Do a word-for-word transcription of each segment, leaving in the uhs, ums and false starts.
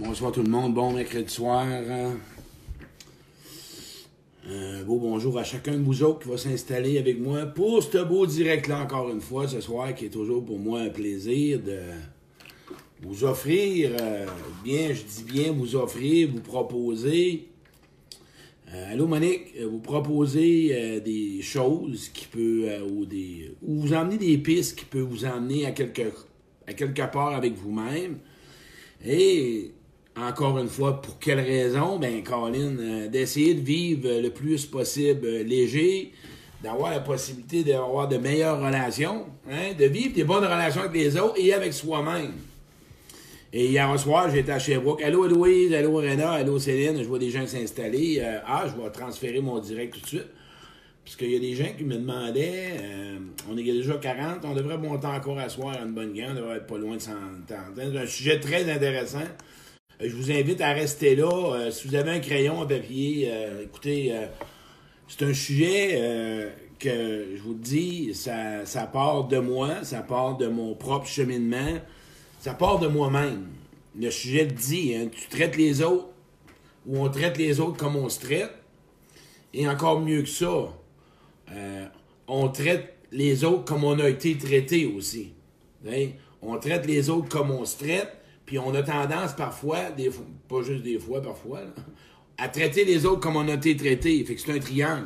Bonsoir tout le monde, bon mercredi soir. Un beau bonjour à chacun de vous autres qui va s'installer avec moi pour ce beau direct-là encore une fois ce soir, qui est toujours pour moi un plaisir de vous offrir, euh, bien, je dis bien vous offrir, vous proposer, euh, allô Monique, vous proposer euh, des choses qui peut, euh, ou, des, ou vous emmener des pistes qui peuvent vous emmener à quelque, à quelque part avec vous-même. Et encore une fois, pour quelle raison? Ben, Colin, euh, d'essayer de vivre le plus possible euh, léger, d'avoir la possibilité d'avoir de meilleures relations, hein, de vivre des bonnes relations avec les autres et avec soi-même. Et hier soir, j'étais à Sherbrooke. Allô Louise, allô Réna, allô Céline, je vois des gens s'installer. Euh, ah, je vais transférer mon direct tout de suite. Parce qu'il y a des gens qui me demandaient, euh, on est déjà quarante, on devrait monter encore à soir à une bonne gang, on devrait être pas loin de cent ans. C'est un sujet très intéressant. Je vous invite à rester là. Euh, si vous avez un crayon, un papier, euh, écoutez, euh, c'est un sujet euh, que, je vous le dis, ça, ça part de moi, ça part de mon propre cheminement, ça part de moi-même. Le sujet le dit, hein, tu traites les autres ou on traite les autres comme on se traite. Et encore mieux que ça, euh, on traite les autres comme on a été traité aussi. Hein? On traite les autres comme on se traite. Puis on a tendance parfois, des fois, pas juste des fois, parfois, là, à traiter les autres comme on a été traité. Fait que c'est un triangle.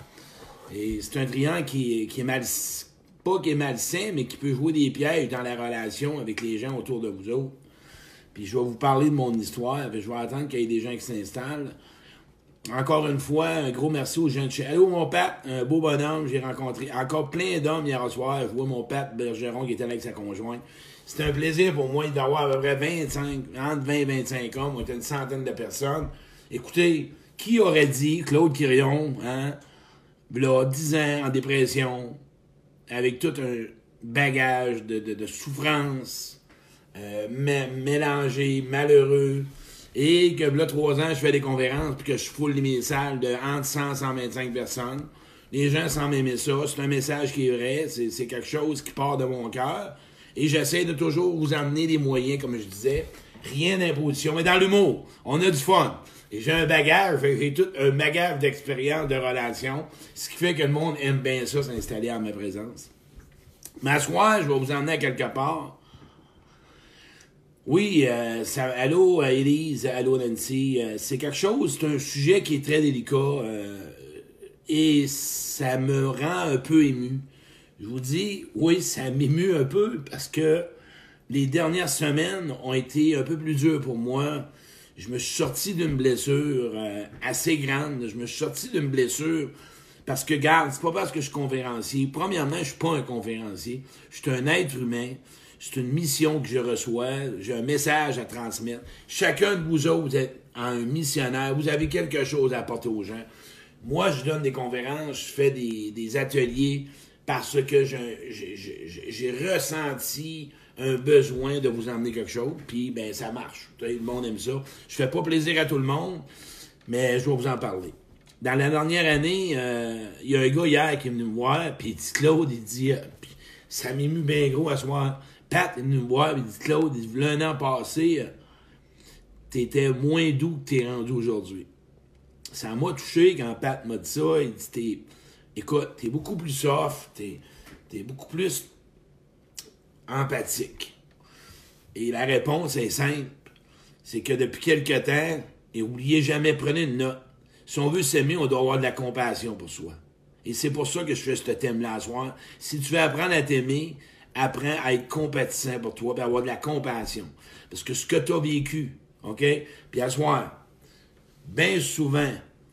Et c'est un triangle qui, qui est mal, pas qui est malsain, mais qui peut jouer des pièges dans la relation avec les gens autour de vous autres. Puis je vais vous parler de mon histoire. Puis je vais attendre qu'il y ait des gens qui s'installent. Encore une fois, un gros merci aux gens de chez... Allô, mon Pat, un beau bonhomme, j'ai rencontré encore plein d'hommes hier soir. Je vois mon Pat Bergeron qui était là avec sa conjointe. C'était un plaisir pour moi d'avoir à peu près vingt-cinq, entre vingt et vingt-cinq hommes, on était une centaine de personnes. Écoutez, qui aurait dit, Claude Quirion, hein, là, dix ans en dépression, avec tout un bagage de, de, de souffrance, euh, mé- mélangé, malheureux, et que là, trois ans, je fais des conférences, puis que je foule les salles de entre cent et cent vingt-cinq personnes. Les gens semblent aimer ça, c'est un message qui est vrai, c'est, c'est quelque chose qui part de mon cœur. Et j'essaie de toujours vous amener des moyens, comme je disais. Rien d'imposition. Mais dans l'humour, on a du fun. Et j'ai un bagage, j'ai tout un bagage d'expérience, de relations, ce qui fait que le monde aime bien ça, s'installer en ma présence. Mais à ce soir, je vais vous emmener à quelque part. Oui, euh, ça, allô Élise, allô Nancy, euh, c'est quelque chose, c'est un sujet qui est très délicat euh, et ça me rend un peu ému. Je vous dis, oui, ça m'émue un peu parce que les dernières semaines ont été un peu plus dures pour moi. Je me suis sorti d'une blessure euh, assez grande. Je me suis sorti d'une blessure parce que, regarde, c'est pas parce que je suis conférencier. Premièrement, je suis pas un conférencier. Je suis un être humain. C'est une mission que je reçois. J'ai un message à transmettre. Chacun de vous autres, vous êtes un missionnaire. Vous avez quelque chose à apporter aux gens. Moi, je donne des conférences, je fais des, des ateliers parce que j'ai, j'ai, j'ai, j'ai ressenti un besoin de vous emmener quelque chose, puis ben ça marche. Le monde aime ça. Je fais pas plaisir à tout le monde, mais je vais vous en parler. Dans la dernière année, euh, il y a un gars hier qui est venu me voir, puis il dit Claude, il dit, euh, ça m'émue bien gros à soir. Pat est venu me voir, puis il dit Claude, il dit, un an passé, euh, t'étais moins doux que t'es rendu aujourd'hui. Ça m'a touché quand Pat m'a dit ça. Il dit t'es, écoute, t'es beaucoup plus soft, t'es, t'es beaucoup plus empathique. Et la réponse est simple. C'est que depuis quelque temps, et oubliez jamais, prenez une note. Si on veut s'aimer, on doit avoir de la compassion pour soi. Et c'est pour ça que je fais ce thème-là à soir. Si tu veux apprendre à t'aimer, apprends à être compatissant pour toi et avoir de la compassion. Parce que ce que tu as vécu, OK? Puis à soir, bien souvent,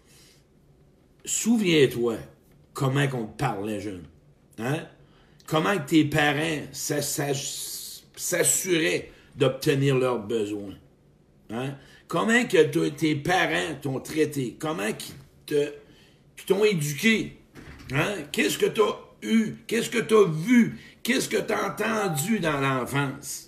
souviens-toi comment on te parlait jeune. Hein? Comment que tes parents s'assuraient d'obtenir leurs besoins. Hein? Comment que tes parents t'ont traité. Comment qu'ils te, qu'ils t'ont éduqué. Hein? Qu'est-ce que tu as eu? Qu'est-ce que tu as vu? Qu'est-ce que tu as entendu dans l'enfance?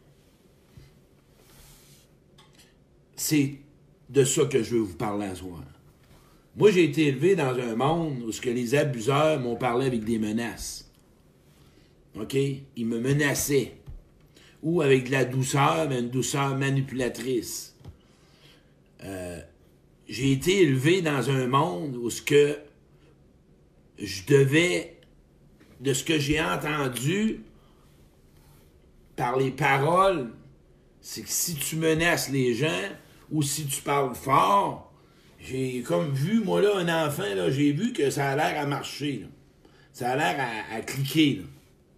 C'est de ça que je veux vous parler ce soir. Moi, j'ai été élevé dans un monde où ce que les abuseurs m'ont parlé avec des menaces. OK? Ils me menaçaient. ou avec de la douceur, mais une douceur manipulatrice. Euh, j'ai été élevé dans un monde où ce que je devais, de ce que j'ai entendu par les paroles, c'est que si tu menaces les gens ou si tu parles fort, j'ai comme vu, moi là, un enfant, là, j'ai vu que ça a l'air à marcher. Là. Ça a l'air à, à cliquer. Là.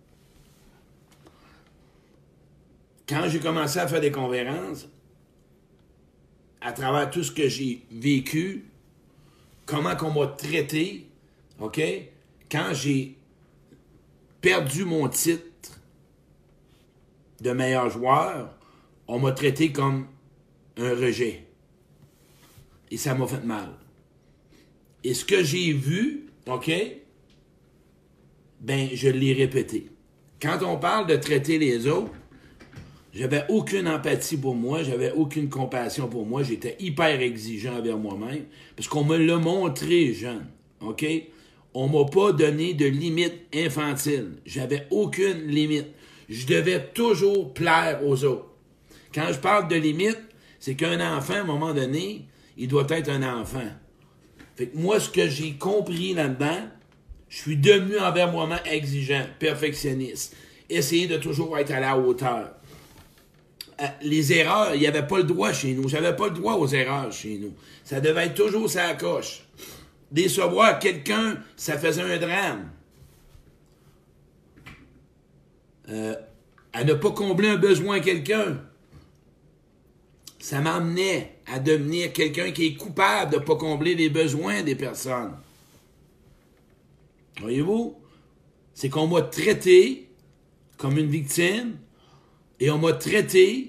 Quand j'ai commencé à faire des conférences, à travers tout ce que j'ai vécu, comment qu'on m'a traité, OK? Quand j'ai perdu mon titre de meilleur joueur, on m'a traité comme un rejet. Et ça m'a fait mal. Et ce que j'ai vu, OK? Ben, je l'ai répété. Quand on parle de traiter les autres, j'avais aucune empathie pour moi, j'avais aucune compassion pour moi, j'étais hyper exigeant envers moi-même, parce qu'on me l'a montré jeune, OK? On m'a pas donné de limite infantile. J'avais aucune limite. Je devais toujours plaire aux autres. Quand je parle de limite, c'est qu'un enfant, à un moment donné, il doit être un enfant. Fait que moi, ce que j'ai compris là-dedans, je suis devenu envers moi-même exigeant, perfectionniste. Essayer de toujours être à la hauteur. Les erreurs, il n'y avait pas le droit chez nous. J'avais pas le droit aux erreurs chez nous. Ça devait être toujours sa coche. Décevoir quelqu'un, ça faisait un drame. Euh, à ne pas combler un besoin à quelqu'un, ça m'emmenait à devenir quelqu'un qui est coupable de ne pas combler les besoins des personnes. Voyez-vous? C'est qu'on m'a traité comme une victime et on m'a traité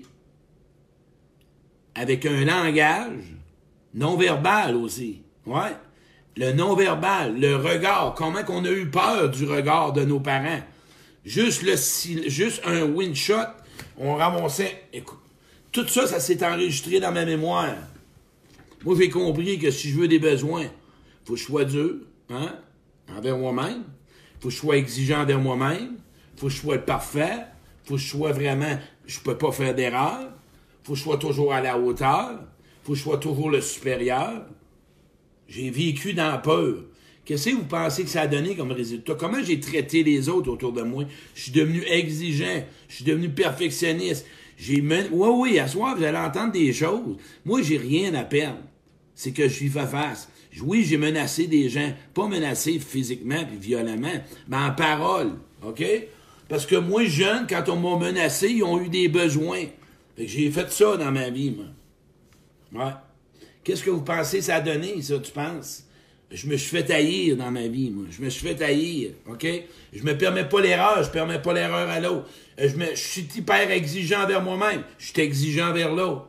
avec un langage non-verbal aussi. Ouais. Le non-verbal, le regard, comment qu'on a eu peur du regard de nos parents. Juste, le, juste un win-shot, on ramassait... Écoute, tout ça, ça s'est enregistré dans ma mémoire. Moi, j'ai compris que si je veux des besoins, il faut que je sois dur, hein, envers moi-même. Il faut que je sois exigeant envers moi-même. Il faut que je sois parfait. Il faut que je sois vraiment... Je peux pas faire d'erreur. Il faut que je sois toujours à la hauteur. Il faut que je sois toujours le supérieur. J'ai vécu dans la peur. Qu'est-ce que vous pensez que ça a donné comme résultat? Comment j'ai traité les autres autour de moi? Je suis devenu exigeant. Je suis devenu perfectionniste. J'ai men... Oui, oui, à soir, vous allez entendre des choses. Moi, j'ai rien à perdre. C'est que je suis fait face. Oui, j'ai menacé des gens. Pas menacé physiquement puis violemment, mais en parole. OK? Parce que moi, jeune, quand on m'a menacé, ils ont eu des besoins. Fait que j'ai fait ça dans ma vie, moi. Ouais. Qu'est-ce que vous pensez que ça a donné, ça, tu penses? Je me suis fait haïr dans ma vie, moi. Je me suis fait haïr, OK? Je me permets pas l'erreur, je permets pas l'erreur à l'autre. Je, me, je suis hyper exigeant envers moi-même. Je suis exigeant envers l'autre.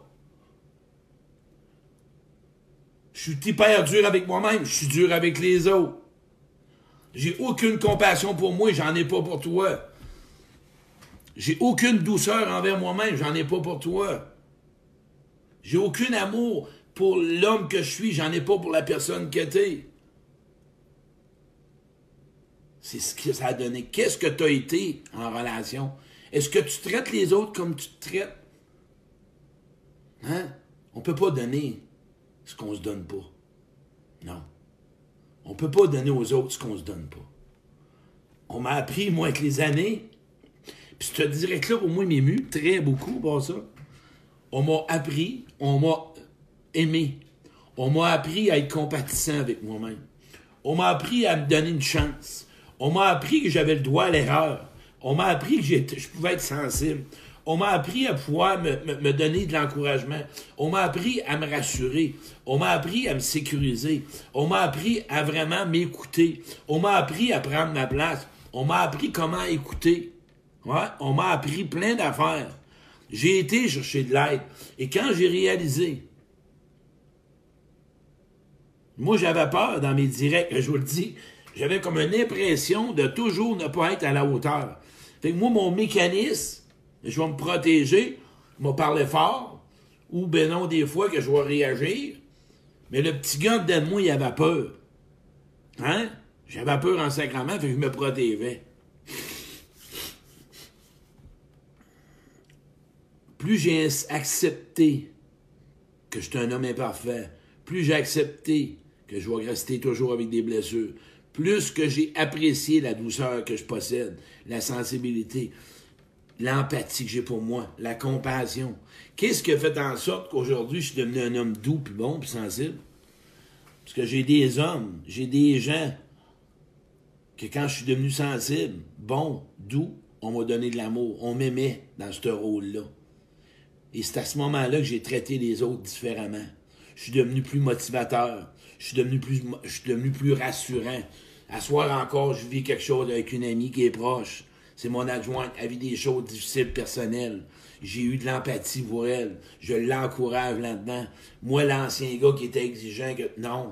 Je suis hyper dur avec moi-même. Je suis dur avec les autres. J'ai aucune compassion pour moi, j'en ai pas pour toi. J'ai aucune douceur envers moi-même, j'en ai pas pour toi. J'ai aucun amour pour l'homme que je suis, j'en ai pas pour la personne que t'es. C'est ce que ça a donné. Qu'est-ce que tu as été en relation? Est-ce que tu traites les autres comme tu te traites? Hein? On peut pas donner ce qu'on se donne pas. Non. On peut pas donner aux autres ce qu'on se donne pas. On m'a appris, moi, avec les années, puis ce direct-là, pour moi, m'émue très beaucoup, pour ça. On m'a appris, on m'a aimé. On m'a appris à être compatissant avec moi-même. On m'a appris à me donner une chance. On m'a appris que j'avais le droit à l'erreur. On m'a appris que je pouvais être sensible. On m'a appris à pouvoir me, me, me donner de l'encouragement. On m'a appris à me rassurer. On m'a appris à me sécuriser. On m'a appris à vraiment m'écouter. On m'a appris à prendre ma place. On m'a appris comment écouter. Ouais, on m'a appris plein d'affaires. J'ai été chercher de l'aide. Et quand j'ai réalisé, moi j'avais peur dans mes directs, je vous le dis, j'avais comme une impression de toujours ne pas être à la hauteur. Fait que moi, mon mécanisme, je vais me protéger, je vais parler fort, ou ben non, des fois que je vais réagir, mais le petit gars dedans de moi, il avait peur. Hein? J'avais peur en sacrement, fait que je me protégeais. plus j'ai accepté que je suis un homme imparfait, plus j'ai accepté que je vais rester toujours avec des blessures, plus que j'ai apprécié la douceur que je possède, la sensibilité, l'empathie que j'ai pour moi, la compassion. Qu'est-ce qui a fait en sorte qu'aujourd'hui, je suis devenu un homme doux, puis bon, puis sensible? Parce que j'ai des hommes, j'ai des gens que quand je suis devenu sensible, bon, doux, on m'a donné de l'amour. On m'aimait dans ce rôle-là. Et c'est à ce moment-là que j'ai traité les autres différemment. Je suis devenu plus motivateur. Je suis devenu plus, je suis devenu plus rassurant. À soir encore, je vis quelque chose avec une amie qui est proche. C'est mon adjointe. Elle vit des choses difficiles personnelles. J'ai eu de l'empathie pour elle. Je l'encourage là-dedans. Moi, l'ancien gars qui était exigeant, que non.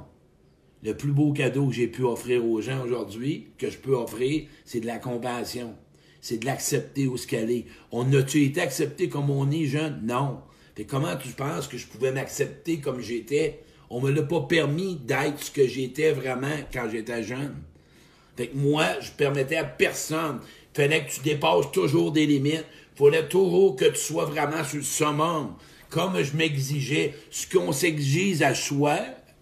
Le plus beau cadeau que j'ai pu offrir aux gens aujourd'hui, que je peux offrir, c'est de la compassion. C'est de l'accepter où ce qu'elle est. On a-tu été accepté comme on est jeune? Non. Fait comment tu penses que je pouvais m'accepter comme j'étais? On me l'a pas permis d'être ce que j'étais vraiment quand j'étais jeune. Fait que moi, je permettais à personne. Fallait que tu dépasses toujours des limites. Fallait toujours que tu sois vraiment sur le summum. Comme je m'exigeais, ce qu'on s'exige à soi,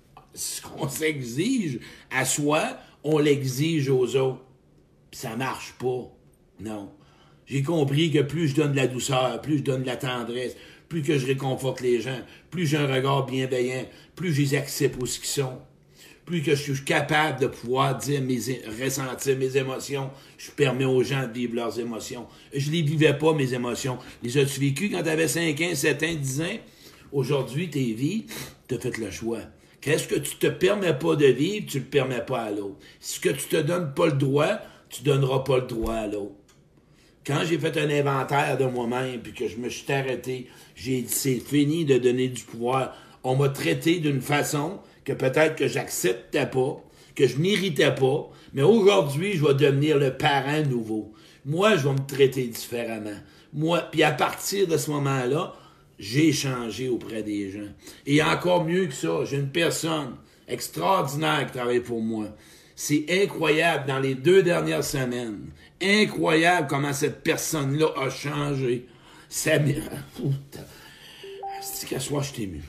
ce qu'on s'exige à soi, on l'exige aux autres. Puis ça marche pas. Non. J'ai compris que plus je donne de la douceur, plus je donne de la tendresse, plus que je réconforte les gens, plus j'ai un regard bienveillant, plus je les accepte pour ce qu'ils sont, plus que je suis capable de pouvoir dire mes, ressentir mes émotions, je permets aux gens de vivre leurs émotions. Je les vivais pas, mes émotions. Les as-tu vécues quand tu avais cinq ans, sept ans, dix ans? Aujourd'hui, tes vies, tu as fait le choix. Qu'est-ce que tu te permets pas de vivre, tu le permets pas à l'autre. Ce que tu te donnes pas le droit, tu donneras pas le droit à l'autre. Quand j'ai fait un inventaire de moi-même, puis que je me suis arrêté, j'ai dit, c'est fini de donner du pouvoir. On m'a traité d'une façon que peut-être que j'acceptais pas, que je méritais pas, mais aujourd'hui, je vais devenir le parent nouveau. Moi, je vais me traiter différemment. Moi, puis à partir de ce moment-là, j'ai changé auprès des gens. Et encore mieux que ça, j'ai une personne extraordinaire qui travaille pour moi. C'est incroyable dans les deux dernières semaines. Incroyable comment cette personne-là a changé. Ça m'est... C'est qu'à soi, je t'ai ému.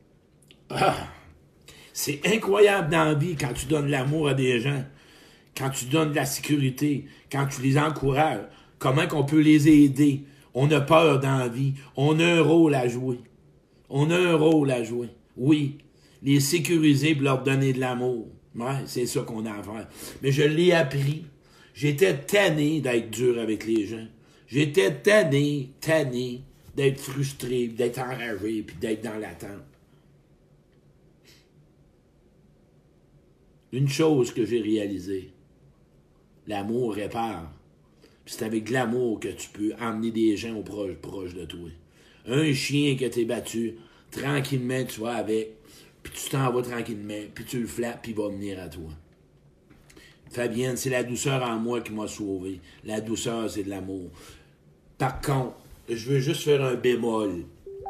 Ah. C'est incroyable dans la vie quand tu donnes l'amour à des gens, quand tu donnes de la sécurité, quand tu les encourages, comment qu'on peut les aider. On a peur dans la vie. On a un rôle à jouer. On a un rôle à jouer. Oui, les sécuriser pour leur donner de l'amour. Ouais, c'est ça qu'on a à faire. Mais je l'ai appris. J'étais tanné d'être dur avec les gens. J'étais tanné, tanné d'être frustré, d'être enragé, puis d'être dans l'attente. Une chose que j'ai réalisée, l'amour répare. Puis c'est avec de l'amour que tu peux emmener des gens au proche, proche de toi. Un chien que t'es battu, tranquillement tu vas avec, puis tu t'en vas tranquillement, puis tu le flattes, puis il va venir à toi. Fabienne, c'est la douceur en moi qui m'a sauvé. La douceur, c'est de l'amour. Par contre, je veux juste faire un bémol.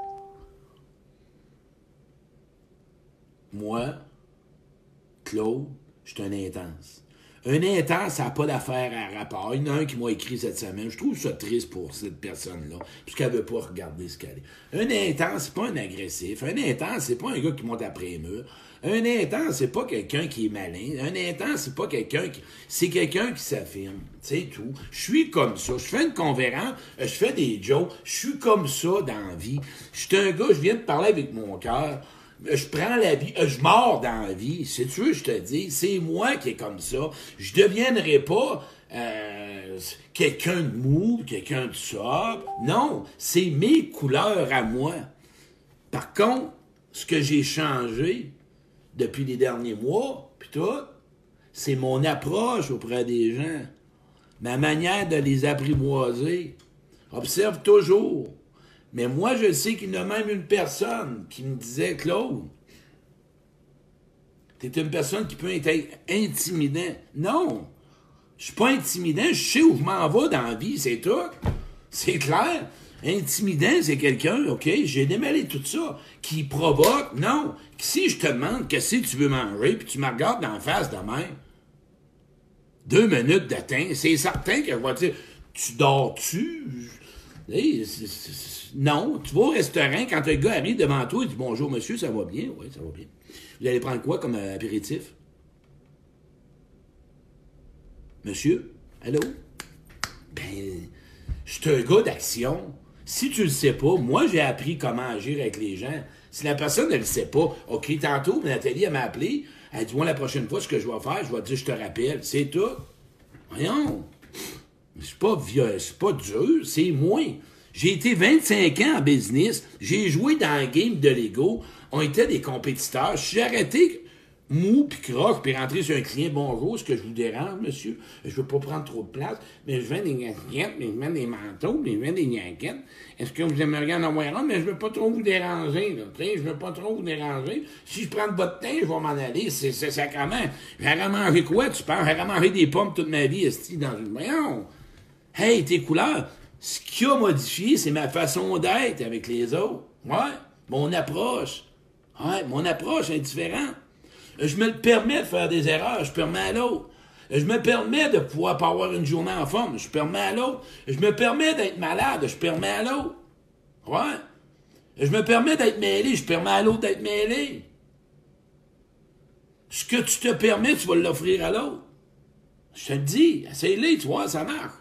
Moi, Claude, je suis un intense. Un intense, ça n'a pas d'affaire à rapport. Il y en a un qui m'a écrit cette semaine. Je trouve ça triste pour cette personne-là, puisqu'elle ne veut pas regarder ce qu'elle est. Un intense, c'est pas un agressif. Un intense, c'est pas un gars qui monte après les murs. Un intense, c'est pas quelqu'un qui est malin. Un intense, c'est pas quelqu'un qui... C'est quelqu'un qui s'affirme. C'est tout. Je suis comme ça. Je fais une conférence, je fais des jokes. Je suis comme ça dans la vie. Je suis un gars, je viens de parler avec mon cœur. Je prends la vie, je mords dans la vie, si tu veux, je te dis, c'est moi qui est comme ça. Je deviendrai pas euh, quelqu'un de mou, quelqu'un de sobre. Non, c'est mes couleurs à moi. Par contre, ce que j'ai changé depuis les derniers mois, puis tout, c'est mon approche auprès des gens. Ma manière de les apprivoiser. Observe toujours. Mais moi, je sais qu'il y a même une personne qui me disait, Claude, t'es une personne qui peut être intimidant. Non, je suis pas intimidant, je sais où je m'en vais dans la vie, c'est tout. C'est clair. Intimidant, c'est quelqu'un, OK, j'ai démêlé tout ça, qui provoque. Non, si je te demande qu'est-ce que tu veux manger, puis tu me regardes dans la face de même, deux minutes d'atteint, c'est certain que je vais te dire, tu dors-tu? Hey, c'est, c'est, c'est... Non, tu vas au restaurant, quand un gars arrive devant toi, il dit « Bonjour, monsieur, ça va bien? » Oui, ça va bien. Vous allez prendre quoi comme euh, apéritif? Monsieur? Allô? Ben, je suis un gars d'action. Si tu le sais pas, moi, j'ai appris comment agir avec les gens. Si la personne ne le sait pas, OK, tantôt, Nathalie, elle m'a appelé, elle dit « Moi, la prochaine fois, ce que je vais faire, je vais te dire « Je te rappelle. » C'est tout. Voyons. C'est pas vieux, c'est pas dur, c'est moi. J'ai été vingt-cinq ans en business, j'ai joué dans un game de Lego, on était des compétiteurs, je suis arrêté mou puis croche puis rentré sur un client, bonjour, est-ce que je vous dérange, monsieur? Je veux pas prendre trop de place, mais je vends des gasquettes, mais je vends des manteaux, mais je vends des jaquettes. Est-ce que vous aimeriez en avoir un? Mais je veux pas trop vous déranger, là, tu sais, je veux pas trop vous déranger. Si je prends de votre temps, je vais m'en aller, c'est, c'est sacrément. J'aurais mangé quoi, tu penses? J'aurais mangé des pommes toute ma vie, esti, dans une... Voyons! Hey, tes couleurs, ce qui a modifié, c'est ma façon d'être avec les autres. Ouais, mon approche. Ouais, mon approche est différente. Je me permets de faire des erreurs, je permets à l'autre. Je me permets de pouvoir pas avoir une journée en forme, je permets à l'autre. Je me permets d'être malade, je permets à l'autre. Ouais. Je me permets d'être mêlé, je permets à l'autre d'être mêlé. Ce que tu te permets, tu vas l'offrir à l'autre. Je te le dis, essaye-le, tu vois, ça marche.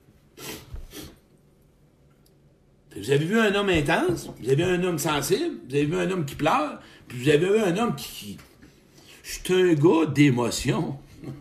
Vous avez vu un homme intense, vous avez vu un homme sensible, vous avez vu un homme qui pleure, puis vous avez vu un homme qui... qui... Je suis un gars d'émotion.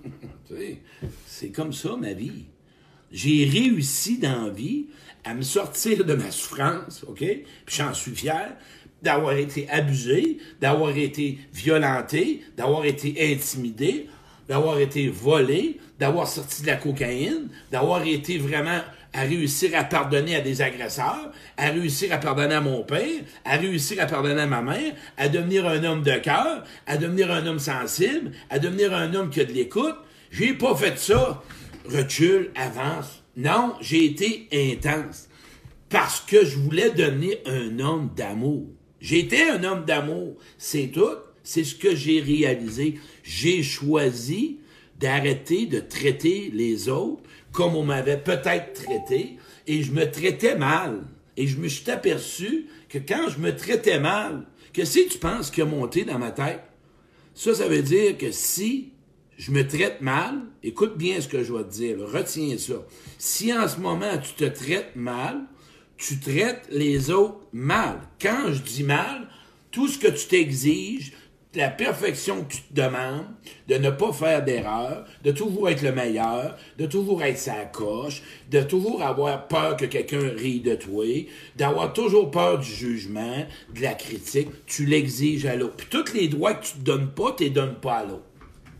C'est comme ça, ma vie. J'ai réussi dans la vie à me sortir de ma souffrance, OK? Puis j'en suis fier d'avoir été abusé, d'avoir été violenté, d'avoir été intimidé, d'avoir été volé, d'avoir sorti de la cocaïne, d'avoir été vraiment à réussir à pardonner à des agresseurs, à réussir à pardonner à mon père, à réussir à pardonner à ma mère, à devenir un homme de cœur, à devenir un homme sensible, à devenir un homme qui a de l'écoute. J'ai pas fait ça. Recule, avance. Non, j'ai été intense. Parce que je voulais devenir un homme d'amour. J'étais un homme d'amour. C'est tout. C'est ce que j'ai réalisé. J'ai choisi d'arrêter de traiter les autres comme on m'avait peut-être traité, et je me traitais mal. Et je me suis aperçu que quand je me traitais mal, que si tu penses qu'il a monté dans ma tête, ça, ça veut dire que si je me traite mal, écoute bien ce que je vais te dire, là, retiens ça. Si en ce moment tu te traites mal, tu traites les autres mal. Quand je dis mal, tout ce que tu t'exiges, la perfection que tu te demandes, de ne pas faire d'erreur, de toujours être le meilleur, de toujours être sa coche, de toujours avoir peur que quelqu'un rie de toi, d'avoir toujours peur du jugement, de la critique, tu l'exiges à l'autre. Puis tous les droits que tu te donnes pas, tu les donnes pas à l'autre.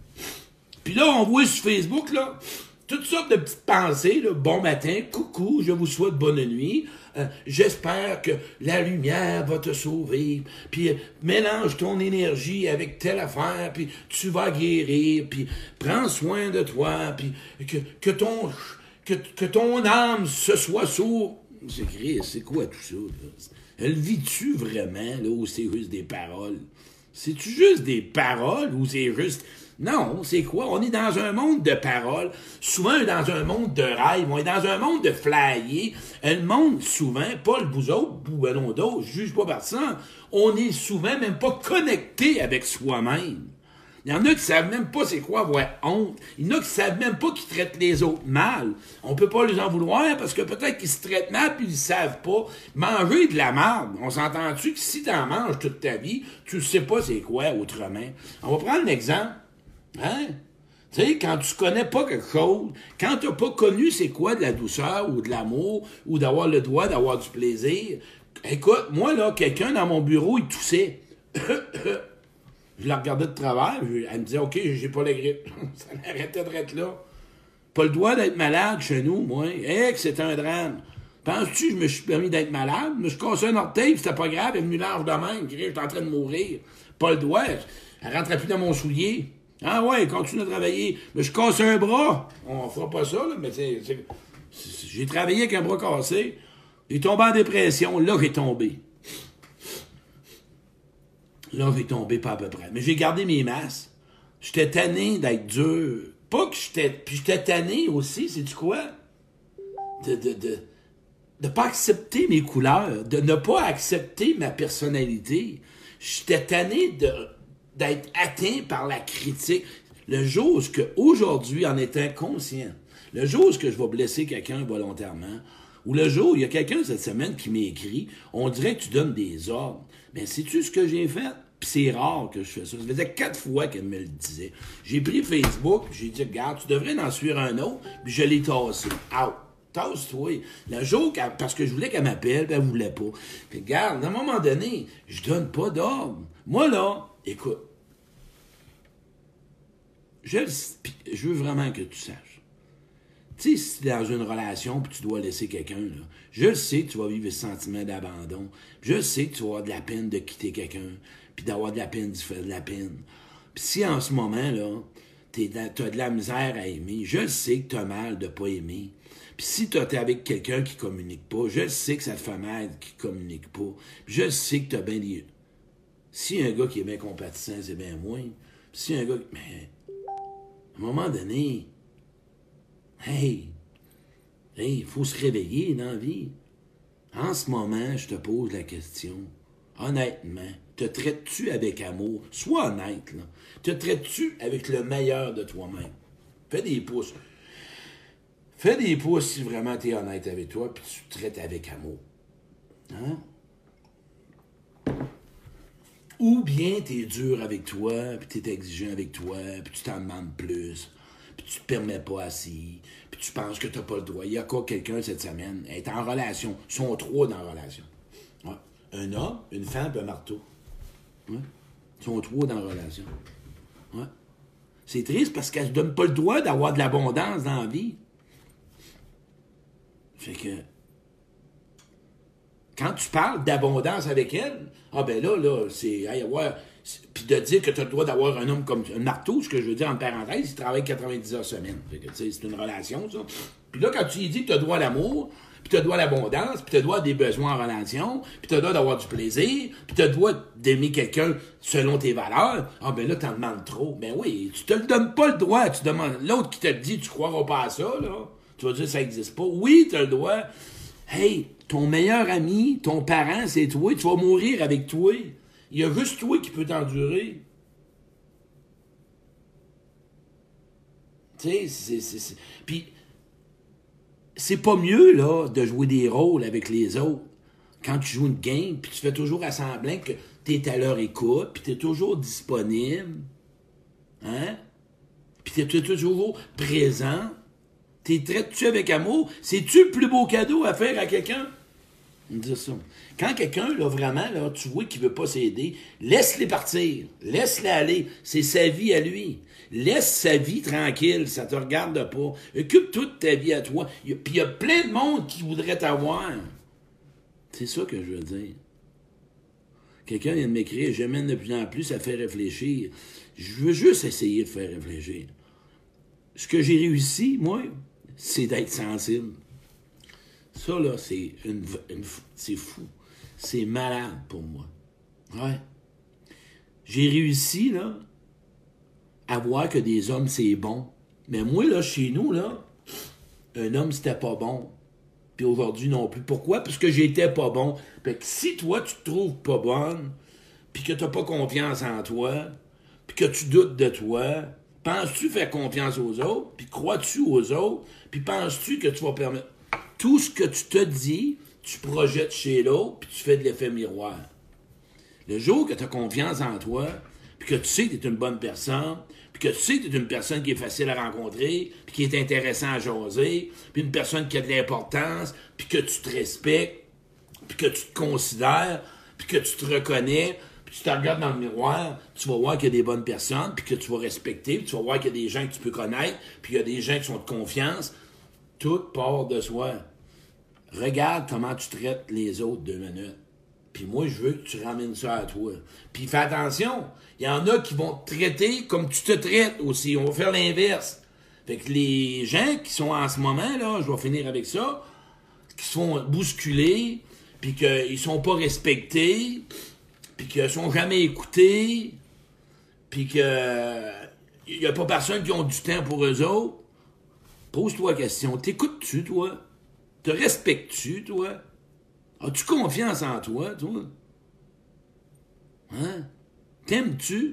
Puis là, on voit sur Facebook, là, toutes sortes de petites pensées, là, bon matin, coucou, je vous souhaite bonne nuit, euh, j'espère que la lumière va te sauver, puis euh, mélange ton énergie avec telle affaire, puis tu vas guérir, puis prends soin de toi, puis que, que ton que, que ton âme se soit sourde. C'est Christ, c'est quoi tout ça? Là? Elle vit-tu vraiment, là, ou c'est juste des paroles? C'est-tu juste des paroles, ou c'est juste... Non, c'est quoi? On est dans un monde de paroles, souvent dans un monde de rêves, on est dans un monde de flyers. Le monde, souvent, pas le vous autres, ou ben non d'autres, je juge pas par ça, on est souvent même pas connecté avec soi-même. Il y en a qui savent même pas c'est quoi avoir honte. Il y en a qui savent même pas qu'ils traitent les autres mal. On peut pas les en vouloir parce que peut-être qu'ils se traitent mal puis ils savent pas. Manger de la merde, on s'entend-tu que si t'en manges toute ta vie, tu sais pas c'est quoi autrement. On va prendre un exemple. Hein? Tu sais, quand tu connais pas quelque chose, quand t'as pas connu c'est quoi de la douceur ou de l'amour ou d'avoir le droit d'avoir du plaisir, écoute, moi là, quelqu'un dans mon bureau, il toussait. Je la regardais de travers, elle me disait, OK, j'ai pas la grippe. Ça m'arrêtait de être là. Pas le droit d'être malade chez nous, moi. Eh, que c'est un drame. Penses-tu que je me suis permis d'être malade? Je me suis cassé un orteil, c'était pas grave, elle est venue large de même. J'étais en train de mourir. Pas le droit. Elle rentrait plus dans mon soulier. Ah ouais, continue à travailler. Mais je casse un bras. On fera pas ça, là, mais c'est, c'est, c'est, j'ai travaillé avec un bras cassé. J'ai tombé en dépression. Là, j'ai tombé. Là, j'ai tombé pas à peu près. Mais j'ai gardé mes masses. J'étais tanné d'être dur. Pas que j'étais... Puis j'étais tanné aussi, sais-tu quoi? De, de, de, de ne pas accepter mes couleurs, de ne pas accepter ma personnalité. J'étais tanné de, d'être atteint par la critique. Le jour où, que, aujourd'hui, en étant conscient, le jour où que je vais blesser quelqu'un volontairement, ou le jour où il y a quelqu'un cette semaine qui m'écrit, on dirait que tu donnes des ordres. Mais sais-tu ce que j'ai fait? Puis c'est rare que je fais ça. Ça faisait quatre fois qu'elle me le disait. J'ai pris Facebook, j'ai dit, regarde, tu devrais en suivre un autre, puis je l'ai tassé. Out. Tasse-toi. Le jour, parce que je voulais qu'elle m'appelle, puis elle voulait pas. Puis regarde, à un moment donné, je donne pas d'ordre. Moi, là, écoute, je, je veux vraiment que tu saches. Tu sais, si tu es dans une relation puis tu dois laisser quelqu'un, là, je sais que tu vas vivre ce sentiment d'abandon. Je sais que tu vas avoir de la peine de quitter quelqu'un, puis d'avoir de la peine d'y faire de la peine. Puis si en ce moment, là, tu as de la misère à aimer, je sais que tu as mal de pas aimer. Puis si tu es avec quelqu'un qui communique pas, je sais que ça te fait mal qui communique pas. Puis je sais que tu as bien des... Si un gars qui est bien compatissant, c'est bien moins. Puis si un gars... Mais, à un moment donné, hey, hey, il faut se réveiller dans la vie. En ce moment, je te pose la question, honnêtement, te traites-tu avec amour? Sois honnête, là. Te traites-tu avec le meilleur de toi-même? Fais des pouces. Fais des pouces si vraiment tu es honnête avec toi, puis tu te traites avec amour. Hein? Ou bien tu es dur avec toi, puis tu es exigeant avec toi, puis tu t'en demandes plus, puis tu te permets pas assez, puis tu penses que tu n'as pas le droit. Il y a quoi quelqu'un cette semaine, elle est en relation, ils sont trois dans la relation. Ouais. Un homme, une femme, puis un marteau. Ouais. Ils sont trois dans la relation. Ouais. C'est triste parce qu'elle ne se donne pas le droit d'avoir de l'abondance dans la vie. Fait que, quand tu parles d'abondance avec elle, ah ben là, là, c'est, hey, ouais, puis de dire que tu as le droit d'avoir un homme comme un marteau, ce que je veux dire en parenthèse, il travaille quatre-vingt-dix heures semaine. Fait que, tu sais, c'est une relation, ça. Puis là, quand tu lui dis que tu as le droit à l'amour, puis tu as le droit à l'abondance, puis tu as le droit à des besoins en relation, puis tu as le droit d'avoir du plaisir, puis tu as le droit d'aimer quelqu'un selon tes valeurs, ah ben là, t'en demandes trop. Ben oui, tu te le donnes pas le droit, tu demandes, l'autre qui te le dit, tu croiras pas à ça, là. Tu vas dire ça n'existe pas. Oui, tu as le droit. Hey, ton meilleur ami, ton parent, c'est toi. Tu vas mourir avec toi. Il y a juste toi qui peut t'endurer. Tu sais, c'est... c'est, c'est... Puis, c'est pas mieux, là, de jouer des rôles avec les autres. Quand tu joues une game, puis tu fais toujours à semblant que tu es à leur écoute, puis tu es toujours disponible. Hein? Puis tu es toujours présent. T'es traites-tu avec amour? C'est-tu le plus beau cadeau à faire à quelqu'un? On me dit ça. Quand quelqu'un, là, vraiment, là, tu vois qu'il veut pas s'aider, laisse-les partir. Laisse-les aller. C'est sa vie à lui. Laisse sa vie tranquille. Ça te regarde pas. Occupe toute ta vie à toi. Puis il y a plein de monde qui voudrait t'avoir. C'est ça que je veux dire. Quelqu'un vient de m'écrire, je mène de plus en plus, ça fait réfléchir. Je veux juste essayer de faire réfléchir. Ce que j'ai réussi, moi, c'est d'être sensible. Ça, là, c'est une, une, c'est fou. C'est malade pour moi. Ouais. J'ai réussi, là, à voir que des hommes, c'est bon. Mais moi, là, chez nous, là, un homme, c'était pas bon. Puis aujourd'hui, non plus. Pourquoi? Parce que j'étais pas bon. Fait que si toi, tu te trouves pas bonne, puis que t'as pas confiance en toi, puis que tu doutes de toi, penses-tu faire confiance aux autres? Puis crois-tu aux autres? Puis penses-tu que tu vas permettre... Tout ce que tu te dis, tu projettes chez l'autre, puis tu fais de l'effet miroir. Le jour que tu as confiance en toi, puis que tu sais que tu es une bonne personne, puis que tu sais que tu es une personne qui est facile à rencontrer, puis qui est intéressant à jaser, puis une personne qui a de l'importance, puis que tu te respectes, puis que tu te considères, puis que tu te reconnais, puis tu te regardes dans le miroir, tu vas voir qu'il y a des bonnes personnes, puis que tu vas respecter, puis tu vas voir qu'il y a des gens que tu peux connaître, puis il y a des gens qui sont de confiance. Tout part de soi. Regarde comment tu traites les autres deux minutes. Puis moi, je veux que tu ramènes ça à toi. Puis fais attention, il y en a qui vont te traiter comme tu te traites aussi. On va faire l'inverse. Fait que les gens qui sont en ce moment, là, je vais finir avec ça, qui se font bousculer, puis qu'ils sont pas respectés, puis qu'ils sont jamais écoutés, puis que il y a pas personne qui ont du temps pour eux autres. Pose-toi la question. T'écoutes-tu, toi? Te respectes-tu, toi? As-tu confiance en toi, toi? Hein? T'aimes-tu?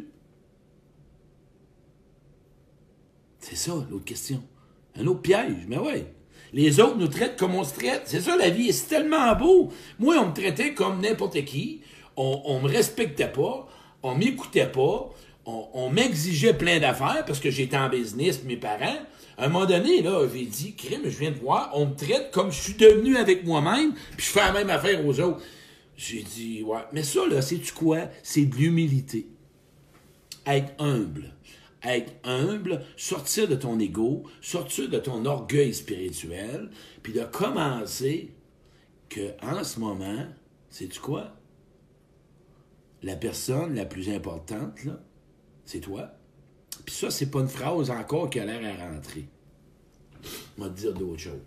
C'est ça, l'autre question. Un autre piège, mais ouais. Les autres nous traitent comme on se traite. C'est ça, la vie, c'est tellement beau. Moi, on me traitait comme n'importe qui. On, on me respectait pas. On m'écoutait pas. On, on m'exigeait plein d'affaires parce que j'étais en business, mes parents. À un moment donné, là, j'ai dit, crime, je viens de voir, on me traite comme je suis devenu avec moi-même, puis je fais la même affaire aux autres. J'ai dit, ouais. Mais ça, là, sais-tu quoi? C'est de l'humilité. Être humble. Être humble, sortir de ton ego, sortir de ton orgueil spirituel, puis de commencer que, en ce moment, sais-tu quoi? La personne la plus importante, là, c'est toi. Puis ça, c'est pas une phrase encore qui a l'air à rentrer. On va te dire d'autres choses.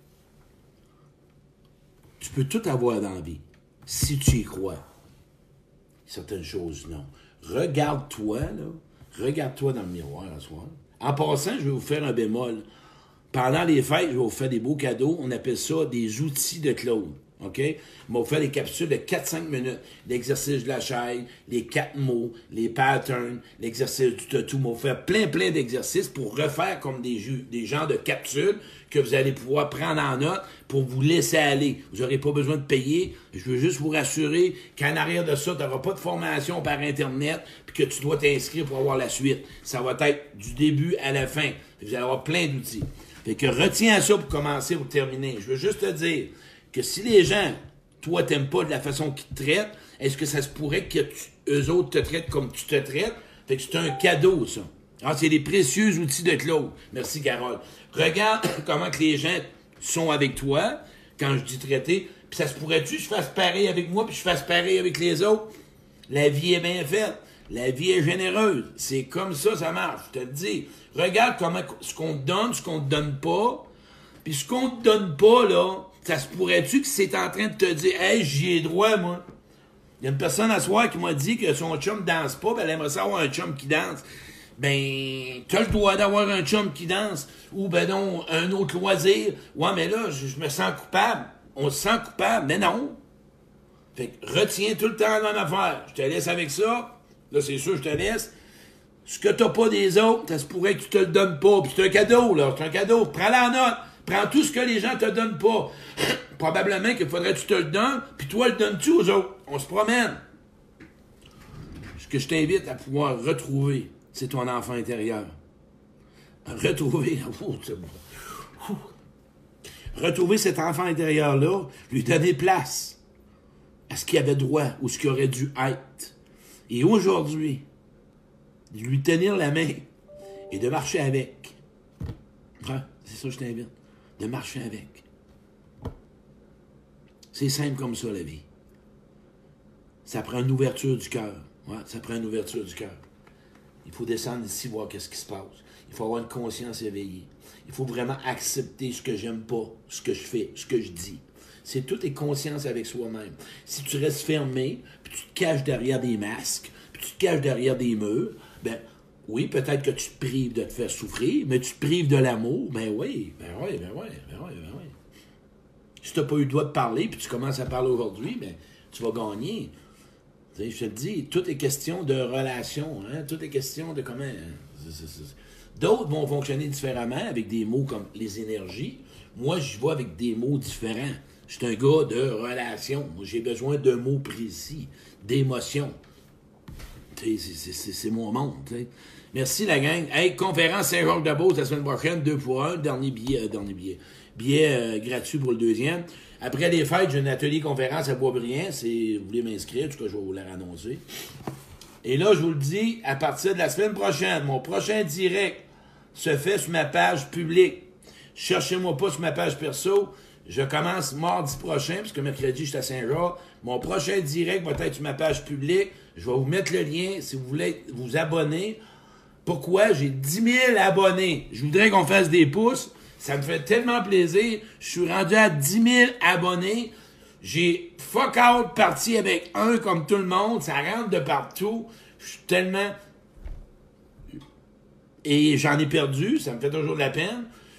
Tu peux tout avoir dans la vie, si tu y crois. Certaines choses, non. Regarde-toi, là. Regarde-toi dans le miroir ce soir. En passant, je vais vous faire un bémol. Pendant les fêtes, je vais vous faire des beaux cadeaux. On appelle ça des outils de Claude. OK? On va vous faire des capsules de quatre à cinq minutes. L'exercice de la chaise, les quatre mots, les patterns, l'exercice du tatou. On va vous faire plein, plein d'exercices pour refaire comme des, jus, des genres de capsules que vous allez pouvoir prendre en note pour vous laisser aller. Vous n'aurez pas besoin de payer. Je veux juste vous rassurer qu'en arrière de ça, tu n'auras pas de formation par Internet puis que tu dois t'inscrire pour avoir la suite. Ça va être du début à la fin. Vous allez avoir plein d'outils. Fait que retiens ça pour commencer ou terminer. Je veux juste te dire que si les gens, toi, t'aimes pas de la façon qu'ils te traitent, est-ce que ça se pourrait que tu, eux autres te traitent comme tu te traites? Fait que c'est un cadeau, ça. Alors, c'est les précieux outils de Claude. Merci, Carole. Regarde comment que les gens sont avec toi, quand je dis traiter, puis ça se pourrait-tu que je fasse pareil avec moi, puis je fasse pareil avec les autres? La vie est bien faite. La vie est généreuse. C'est comme ça, ça marche. Je te le dis. Regarde comment ce qu'on te donne, ce qu'on te donne pas. Puis ce qu'on te donne pas, là, ça se pourrait-tu que c'est en train de te dire « Hey, j'y ai droit, moi. » Il y a une personne à soir qui m'a dit que son chum danse pas, ben elle aimerait ça avoir un chum qui danse. Ben, t'as le droit d'avoir un chum qui danse. Ou ben non, un autre loisir. Ouais, mais là, je, je me sens coupable. On se sent coupable. Mais non. Fait que retiens tout le temps la même affaire. Je te laisse avec ça. Là, c'est sûr, je te laisse. Ce que t'as pas des autres, ça se pourrait que tu te le donnes pas. Puis c'est un cadeau, là. C'est un cadeau. Prends-la en note. Prends tout ce que les gens te donnent pas. Probablement qu'il faudrait que tu te le donnes, puis toi, le donnes-tu aux autres? On se promène. Ce que je t'invite à pouvoir retrouver, c'est ton enfant intérieur. Retrouver... Oh, c'est bon. Retrouver cet enfant intérieur-là, lui donner place à ce qu'il avait droit ou ce qu'il aurait dû être. Et aujourd'hui, de lui tenir la main et de marcher avec. Hein? C'est ça que je t'invite. De marcher avec. C'est simple comme ça, la vie. Ça prend une ouverture du cœur. Ouais, ça prend une ouverture du cœur. Il faut descendre ici, voir qu'est-ce qui se passe. Il faut avoir une conscience éveillée. Il faut vraiment accepter ce que j'aime pas, ce que je fais, ce que je dis. C'est tout est conscience avec soi-même. Si tu restes fermé, puis tu te caches derrière des masques, puis tu te caches derrière des murs, ben oui, peut-être que tu te prives de te faire souffrir, mais tu te prives de l'amour, ben oui, ben oui, ben oui, ben oui, ben oui. Si tu n'as pas eu le droit de parler, puis tu commences à parler aujourd'hui, ben tu vas gagner. Tu sais, je te le dis, tout est question de relation, hein? Tout est question de comment... C'est, c'est, c'est... D'autres vont fonctionner différemment avec des mots comme les énergies. Moi, je vais avec des mots différents. Je suis un gars de relation. Moi, j'ai besoin de mots précis, d'émotions. C'est, c'est, c'est, c'est mon monde. T'sais. Merci la gang. Hey, conférence Saint-Jacques-de-Beauce la semaine prochaine, deux pour un, dernier billet, euh, dernier billet. Billet euh, gratuit pour le deuxième. Après les fêtes, j'ai un atelier conférence à Boisbriand. Si vous voulez m'inscrire, en tout cas, je vais vous la annoncer. Et là, je vous le dis, à partir de la semaine prochaine, mon prochain direct se fait sur ma page publique. Cherchez-moi pas sur ma page perso. Je commence mardi prochain, parce que mercredi, je suis à Saint-Jacques. Mon prochain direct va être sur ma page publique. Je vais vous mettre le lien si vous voulez vous abonner. Pourquoi? J'ai dix mille abonnés. Je voudrais qu'on fasse des pouces. Ça me fait tellement plaisir. Je suis rendu à dix mille abonnés. J'ai fuck out parti avec un comme tout le monde. Ça rentre de partout. Je suis tellement... Et j'en ai perdu. Ça me fait toujours de la peine.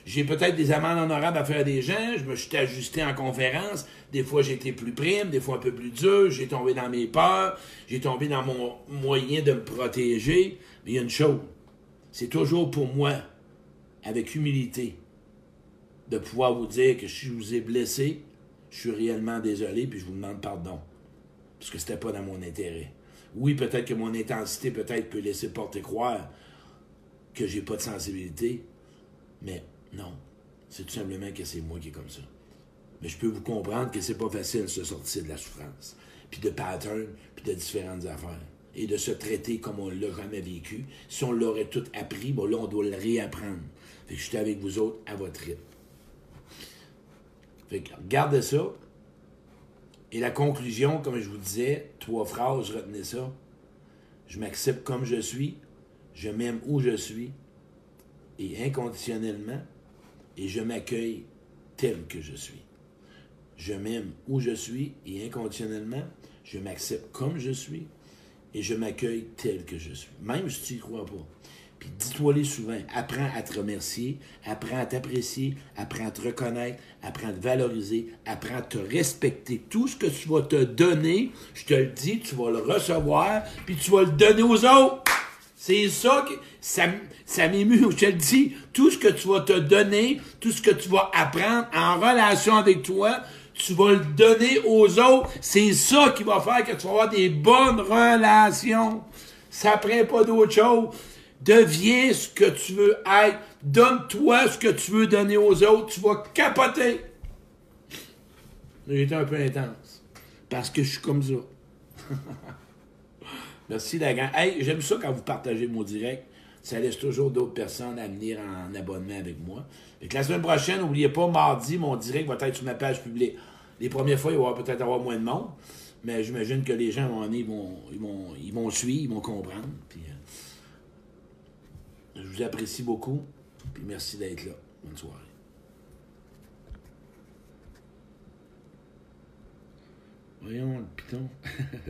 J'ai peut-être des amendes honorables à faire des gens. Je me suis ajusté en conférence. Des fois, j'ai été plus prime, des fois un peu plus dur. J'ai tombé dans mes peurs. J'ai tombé dans mon moyen de me protéger. Mais il y a une chose. C'est toujours pour moi, avec humilité, de pouvoir vous dire que si je vous ai blessé, je suis réellement désolé puis je vous demande pardon. Parce que c'était pas dans mon intérêt. Oui, peut-être que mon intensité peut-être peut laisser porter croire que j'ai pas de sensibilité. Mais non, c'est tout simplement que c'est moi qui est comme ça. Mais je peux vous comprendre que c'est pas facile de se sortir de la souffrance, puis de patterns, puis de différentes affaires. Et de se traiter comme on l'a jamais vécu. Si on l'aurait tout appris, bon là, on doit le réapprendre. Fait que je suis avec vous autres à votre rythme. Fait que regardez ça. Et la conclusion, comme je vous disais, trois phrases, retenez ça. Je m'accepte comme je suis, je m'aime où je suis, et inconditionnellement, et je m'accueille tel que je suis. Je m'aime où je suis, et inconditionnellement, je m'accepte comme je suis, et je m'accueille tel que je suis. Même si tu n'y crois pas. Puis dis-toi-les souvent. Apprends à te remercier, apprends à t'apprécier, apprends à te reconnaître, apprends à te valoriser, apprends à te respecter. Tout ce que tu vas te donner, je te le dis, tu vas le recevoir, puis tu vas le donner aux autres. C'est ça que ça, ça m'émue, je te le dis. Tout ce que tu vas te donner, tout ce que tu vas apprendre en relation avec toi, tu vas le donner aux autres. C'est ça qui va faire que tu vas avoir des bonnes relations. Ça prend pas d'autre chose. Deviens ce que tu veux être. Donne-toi ce que tu veux donner aux autres. Tu vas capoter. J'ai été un peu intense. Parce que je suis comme ça. Merci la gang. Hey, j'aime ça quand vous partagez mon direct. Ça laisse toujours d'autres personnes à venir en abonnement avec moi. Fait que la semaine prochaine, n'oubliez pas, mardi, mon direct va être sur ma page publique. Les premières fois, il va peut-être avoir moins de monde. Mais j'imagine que les gens vont, ils vont, ils vont, ils vont suivre, ils vont comprendre. Puis, euh, je vous apprécie beaucoup. Puis merci d'être là. Bonne soirée. Voyons, le piton.